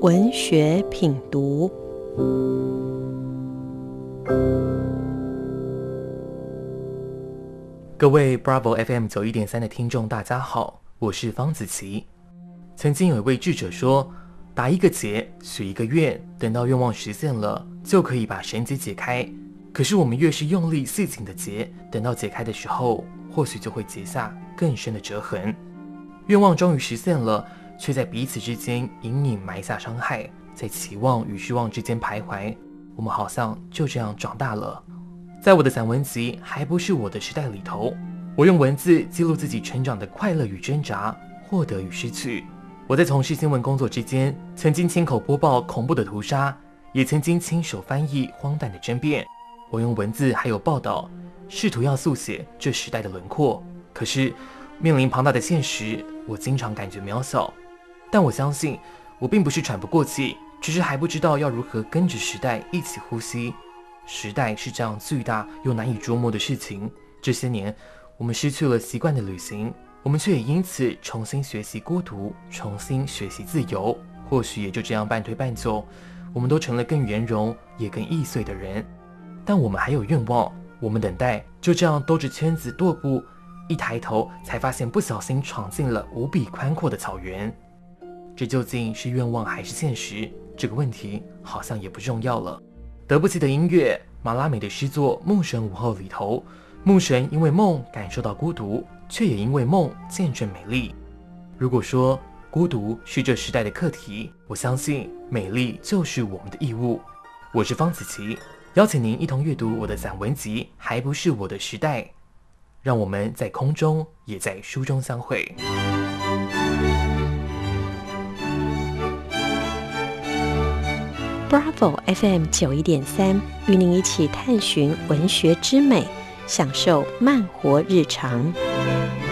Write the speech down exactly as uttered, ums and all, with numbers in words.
文学品读。 各位 Bravo F M 九一点三的听众大家好，我是方子琪。曾经有一位智者说，打一个结，许一个愿，等到愿望实现了，就可以把绳结解开。可是我们越是用力系紧的结，等到解开的时候，或许就会结下更深的折痕。愿望终于实现了，却在彼此之间隐隐埋下伤害，在期望与失望之间徘徊。我们好像就这样长大了。在我的散文集《还不是我的时代》里头，我用文字记录自己成长的快乐与挣扎，获得与失去。我在从事新闻工作之间，曾经亲口播报恐怖的屠杀，也曾经亲手翻译荒诞的争辩。我用文字还有报道，试图要速写这时代的轮廓。可是面临庞大的现实，我经常感觉渺小。但我相信，我并不是喘不过气，只是还不知道要如何跟着时代一起呼吸。时代是这样巨大又难以捉摸的事情，这些年我们失去了习惯的旅行，我们却也因此重新学习孤独，重新学习自由。或许也就这样半推半就，我们都成了更圆融也更易碎的人。但我们还有愿望，我们等待就这样兜着圈子踱步，一抬头才发现不小心闯进了无比宽阔的草原。这究竟是愿望还是现实？这个问题好像也不重要了。德布西的音乐，马拉美的诗作《牧神午后》里头，牧神因为梦感受到孤独，却也因为梦见证美丽。如果说孤独是这时代的课题，我相信美丽就是我们的义务。我是方子琪，邀请您一同阅读我的散文集《还不是我的时代》，让我们在空中也在书中相会。 Bravo F M 九一点三，与您一起探寻文学之美，享受慢活日常。